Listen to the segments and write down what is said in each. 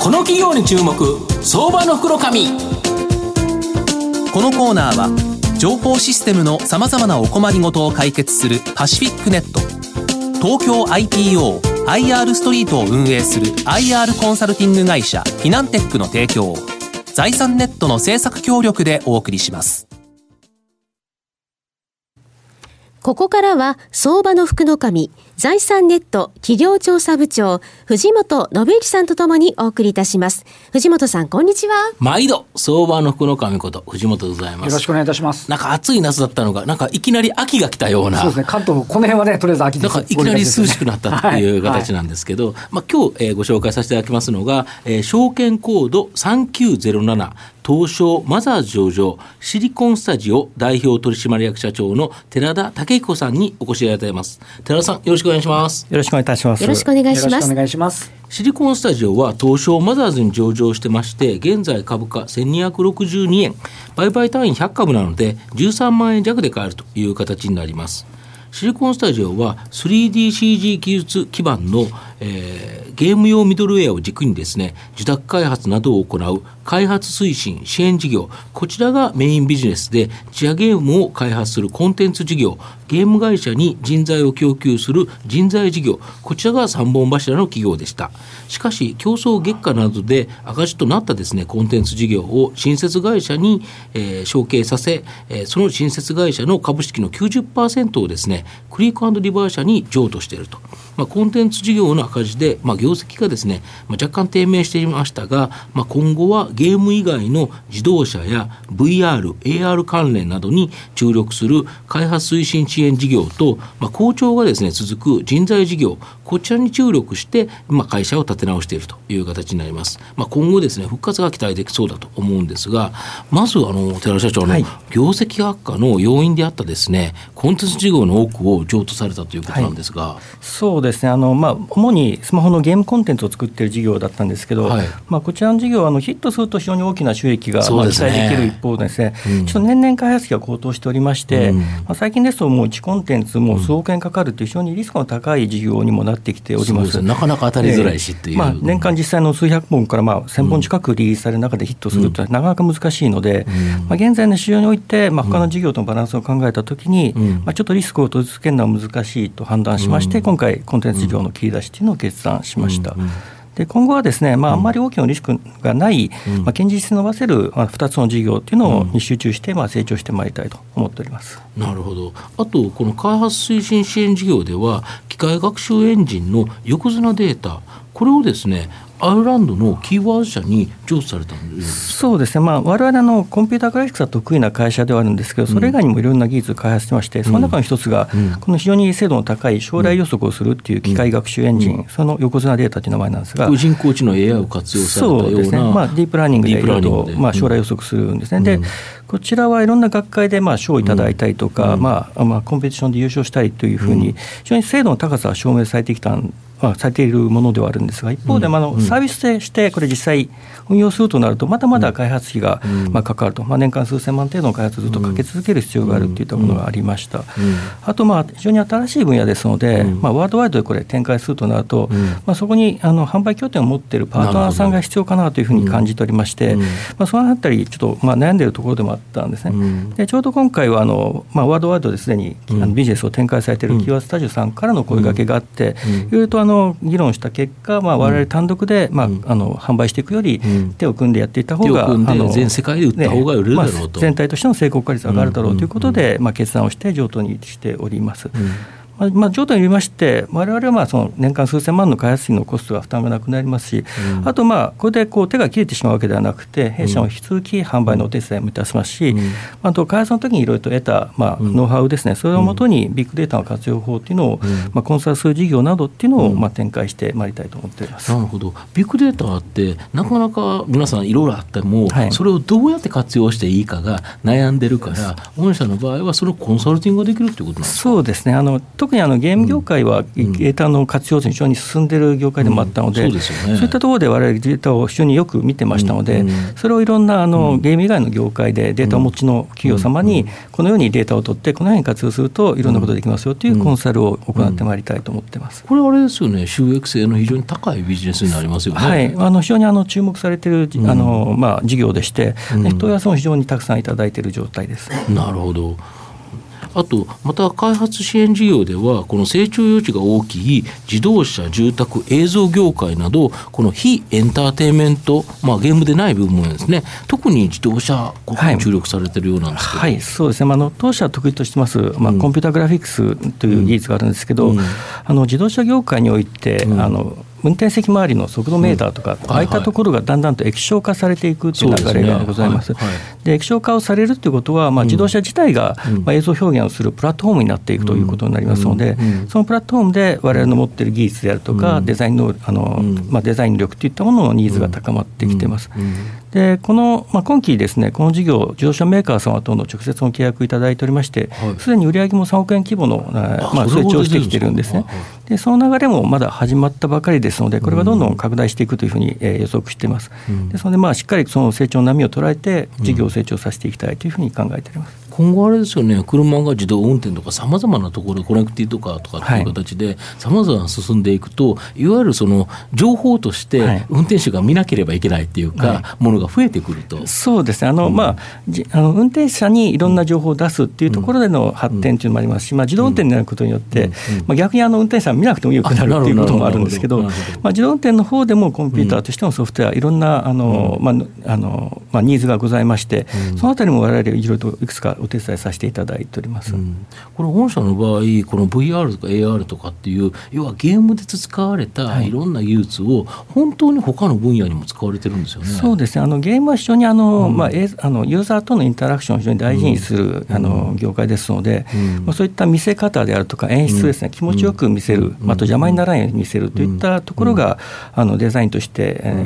この企業に注目、相場の袋紙。 このコーナーは情報システムのさまざまなお困りごとを解決するパシフィックネット、東京 IPO、IR ストリートを運営する IR コンサルティング会社フィナンテックの提供、財産ネットの制作協力でお送りします。 ここからは相場の福の神、財産ネット企業調査部長藤本信之さんとともにお送りいたします。藤本さん、こんにちは。 毎度相場の福の神こと藤本でございます。 よろしくお願いいたします。 なんか暑い夏だったのが、なんかいきなり秋が来たような。 そうですね、関東もこの辺はね、とりあえず秋です。 なんかいきなり涼しくなったっていう形なんですけど、今日、ご紹介させていただきますのが、証券コード3907東証マザーズ上場シリコンスタジオ代表取締役社長の寺田武彦さんにお越しいただいています。寺田さん、よろしくお願いします。 よろしくお願いいたします。 よろしくお願いします。 よろしくお願いします。 シリコンスタジオは東証マザーズに上場してまして、現在株価1262円、売買単位100株なので13万円弱で買えるという形になります。シリコンスタジオは 3DCG 技術基盤の、ゲーム用ミドルウェアを軸にですね、受託開発などを行う開発推進支援事業、こちらがメインビジネスで、自社ゲームを開発するコンテンツ事業、ゲーム会社に人材を供給する人材事業、こちらが3本柱の企業でした。しかし競争月下などで赤字となったですね、コンテンツ事業を新設会社に、承継させ、その新設会社の株式の 90% をですね、クリーク&リバー社に譲渡していると。コンテンツ事業の赤字で、業績がですね、若干低迷していましたが、今後はゲーム以外の自動車や VR、AR 関連などに注力する開発推進支援事業と、好調がですね続く人材事業、こちらに注力して、会社を立て直しているという形になります。今後ですね、復活が期待できそうだと思うんですが、まず寺田社長の業績悪化の要因であったですね、コンテンツ事業の多くを譲渡されたということなんですが、 そうですね、主にスマホのゲームコンテンツを作っている事業だったんですけど、こちらの事業はヒットすると非常に大きな収益が期待できる一方でですね、ちょっと年々開発費が高騰しておりまして、最近ですともう1コンテンツも数億円かかるという非常にリスクの高い事業にもなってきております。 なかなか当たりづらいしっていう、 年間実際の数百本から1000本近くリリースされる中でヒットするというのはなかなか難しいので、現在の市場において、他の事業とのバランスを考えたときに、ちょっとリスクを取り付けるのは難しいと判断しまして、今回コンテンツ事業の切り出しというのを決断しました。で今後はですね、あんまり大きなリスクがない、堅実性を伸ばせる2つの事業というのに集中して、成長してまいりたいと思っております。 なるほど。あとこの開発推進支援事業では、機械学習エンジンの横綱データ、これをですねアイルランドのキーワード社に譲渡されたんです。 そうですね、我々コンピューターグラフィックスが得意な会社ではあるんですけど、それ以外にもいろんな技術を開発してまして、その中の一つが、この非常に精度の高い将来予測をするっていう機械学習エンジン、その横綱データという名前なんですが、 人工知能 AI を活用されたような、 そうですね、ディープラーニングでいろいろと将来予測するんですね。でこちらはいろんな学会で賞をいただいたりとか、コンペティションで優勝したりというふうに、非常に精度の高さは証明されてきたされているものではあるんですが、一方でサービスとしてこれ実際運用するとなると、まだまだ開発費がかかると、年間数千万程度の開発をずっとかけ続ける必要があるといったものがありました。あと非常に新しい分野ですので、ワールドワイドでこれ展開するとなると、そこに販売拠点を持っているパートナーさんが必要かなというふうに感じておりまして、そのあたりちょっと悩んでいるところでもあったんですね。でちょうど今回はワールドワイドですでにビジネスを展開されているキーワードスタジオさんからの声掛けがあって、いろいろと議論した結果、我々単独で、販売していくより手を組んでやっていった方が、 全世界で売った方が売れるだろうと、 全体としての成功化率が上がるだろうということで、決断をして譲渡にしております。譲渡によりまして、我々はその年間数千万の開発費のコストが負担がなくなりますし、あとこれで手が切れてしまうわけではなくて、弊社も引き続き販売のお手伝いもいたしますし、あと開発の時にいろいろと得たノウハウですね、それをもとにビッグデータの活用法というのを、コンサルする事業などっていうのを展開してまいりたいと思っております。 なるほど。ビッグデータってなかなか皆さんいろいろあっても、それをどうやって活用していいかが悩んでるから、御社の場合はそれをコンサルティングができるということなんですか。 そうですね、特特にゲーム業界はデータの活用に非常に進んでいる業界でもあったので、そういったところで我々データを非常によく見てましたので、それをいろんなゲーム以外の業界でデータをお持ちの企業様にこのようにデータを取ってこのように活用するといろんなことができますよというコンサルを行ってまいりたいと思っています。 これあれですよね、収益性の非常に高いビジネスになりますよね。 はい、非常に注目されている事業でして、問い合わせも非常にたくさんいただいている状態です。 なるほど。あとまた開発支援事業ではこの成長余地が大きい自動車、住宅、映像業界などこの非エンターテインメント、ゲームでない部分ですね、特に自動車ここに注力されているようなんですけど、 はい、そうですね、当社得意としてます、コンピュータグラフィックスという技術があるんですけど、自動車業界において、運転席周りの速度メーターとか、ああいったところがだんだんと液晶化されていくという流れがございます。で液晶化をされるということは、自動車自体が映像表現をするプラットフォームになっていくということになりますので、そのプラットフォームで我々の持っている技術であるとか、デザインのデザイン力といったもののニーズが高まってきています。でこの、今期ですね、この事業自動車メーカー様との直接の契約いただいておりまして、すでに売上も3億円規模の成長してきているんですね。でその流れもまだ始まったばかりですので、これがどんどん拡大していくというふうに予測しています。ですので、しっかりその成長の波を捉えて事業を成長させていきたいというふうに考えております。 今後あれですよね、車が自動運転とかさまざまなところでコネクティとかっていう形でさまざま進んでいくと、いわゆるその情報として運転手が見なければいけないっていうか、ものが増えてくると。 そうですね、運転者にいろんな情報を出すっていうところでの発展というのもありますし、自動運転になることによって、逆に運転手さん見なくてもよくなるっていうこともあるんですけど、自動運転の方でもコンピューターとしてのソフトウェア、いろんなニーズがございまして、そのあたりも我々いろいろといくつかお手伝いさせていただいております。 これ御社の場合、この VR とか AR とかっていう、要はゲームで使われたいろんな技術を本当に他の分野にも使われてるんですよね。 そうですね、ゲームは非常にユーザーとのインタラクションを非常に大事にする、業界ですので、そういった見せ方であるとか演出ですね、気持ちよく見せる、あと邪魔にならないように見せるといったところが、デザインとして、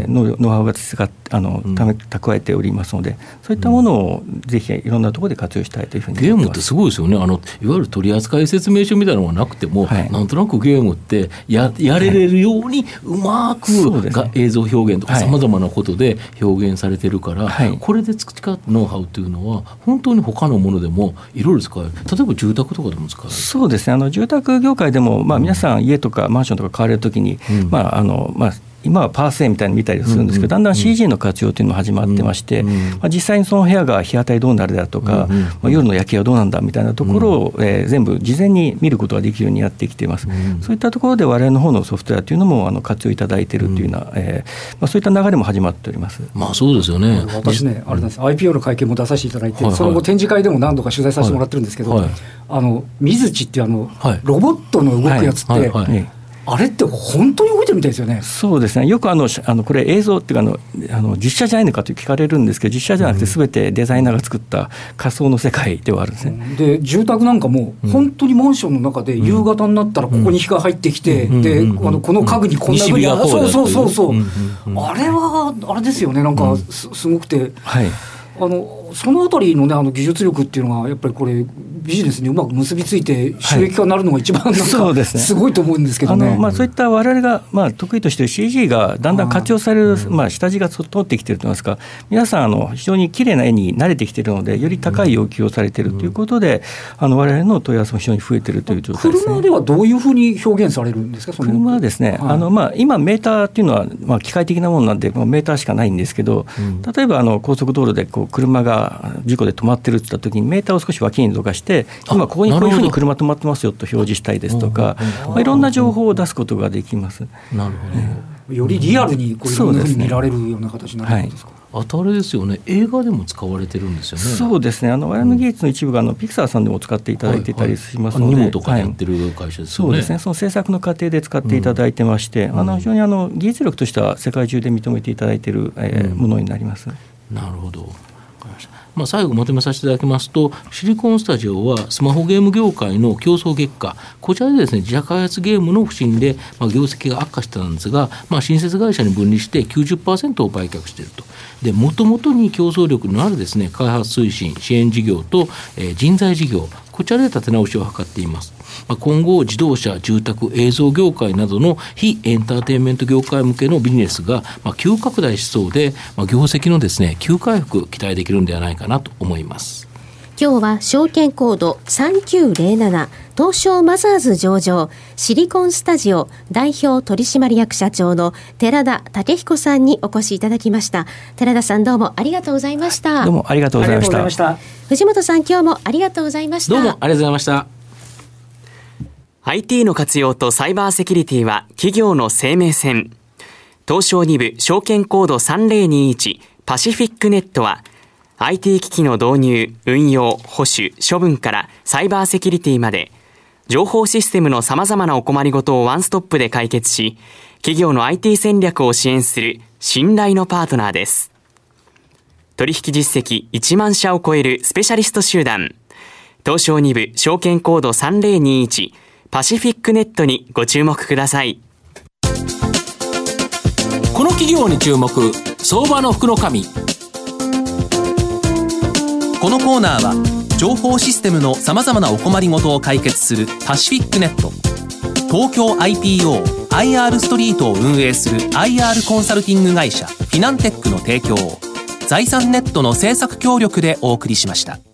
ノウハウが蓄えておりますので、そういったものをぜひいろんなところで活用したいというふうに思ってます。 ゲームってすごいですよね。いわゆる取扱説明書みたいなのがなくても、なんとなくゲームってやれるようにうまく、映像表現とかさまざまなことで表現されてるから、これで培ったノウハウというのは本当に他のものでもいろいろ使える。例えば住宅とかでも使える。 そうですね、住宅業界でも、皆さん家とかマンションとか買われるときに、今はパーセーみたいに見たりするんですけど、だんだん CG の活用というのも始まってまして、実際にその部屋が日当たりどうなるだとか、夜の夜景はどうなんだみたいなところを、全部事前に見ることができるようになってきています。そういったところで我々の方のソフトウェアというのも活用いただいているというような、そういった流れも始まっております。 そうですよね。 私ね、あれなんです、IPO の会見も出させていただいて、その後展示会でも何度か取材させてもらってるんですけど、水地っていうロボットの動くやつって、あれって本当に動いてるみたいですよね。 そうですね、よくこれ映像っていうか実写じゃないのかと聞かれるんですけど、実写じゃなくて全てデザイナーが作った仮想の世界ではあるんですね。 で住宅なんかも本当にマンションの中で夕方になったらここに火が入ってきて、でこの家具にこんなふうに、あれはあれですよね、なんかすごくて、そのあたりのね、技術力っていうのがやっぱりこれビジネスにうまく結びついて収益化になるのが一番なんかすごいと思うんですけどね。 そういった我々が得意としている CG がだんだん活用される下地が通ってきているといいますか、皆さん非常に綺麗な絵に慣れてきているので、より高い要求をされているということで、我々の問い合わせも非常に増えているという状態ですね。 車ではどういうふうに表現されるんですか。 車はですね、今メーターっていうのは機械的なものなんでメーターしかないんですけど、例えば高速道路で車が事故で止まってるって言った時にメーターを少し脇にどかして、今ここにこういうふうに車止まってますよと表示したいですとか、いろんな情報を出すことができます。 なるほど、よりリアルにこういうふうに見られるような形になるんですか。 あとあれですよね、映画でも使われてるんですよね。 そうですね、我々の技術の一部がピクサーさんでも使っていただいていたりしますので、 ニモとかやってる会社ですよね。 そうですね、その制作の過程で使っていただいてまして、非常に技術力としては世界中で認めていただいているものになります。 なるほど。 最後まとめさせていただきますと、シリコンスタジオはスマホゲーム業界の競争月下、こちらでですね、自社開発ゲームの不振で、業績が悪化してたんですが、新設会社に分離して 90% を売却していると。で、もともとに競争力のあるですね、開発推進支援事業と、人材事業、こちらで立て直しを図っています。今後自動車、住宅、映像業界などの非エンターテインメント業界向けのビジネスが急拡大しそうで、業績のですね、急回復期待できるんではないかなと思います。 今日は証券コード3907東証マザーズ上場シリコンスタジオ代表取締役社長の寺田武彦さんにお越しいただきました。寺田さん、どうもありがとうございました。 どうもありがとうございました。 藤本さん、今日もありがとうございました。 どうもありがとうございました。 IT の活用とサイバーセキュリティは企業の生命線。東証2部証券コード3021パシフィックネットは IT 機器の導入、運用、保守、処分からサイバーセキュリティまで情報システムの様々なお困りごとをワンストップで解決し、企業の IT 戦略を支援する信頼のパートナーです。取引実績1万社を超えるスペシャリスト集団、東証2部証券コード3021パシフィックネットにご注目ください。 この企業に注目、相場の福の神。 このコーナーは情報システムのさまざまなお困りごとを解決するパシフィックネット、東京 IPO、IR ストリートを運営する IR コンサルティング会社フィナンテックの提供を財産ネットの制作協力でお送りしました。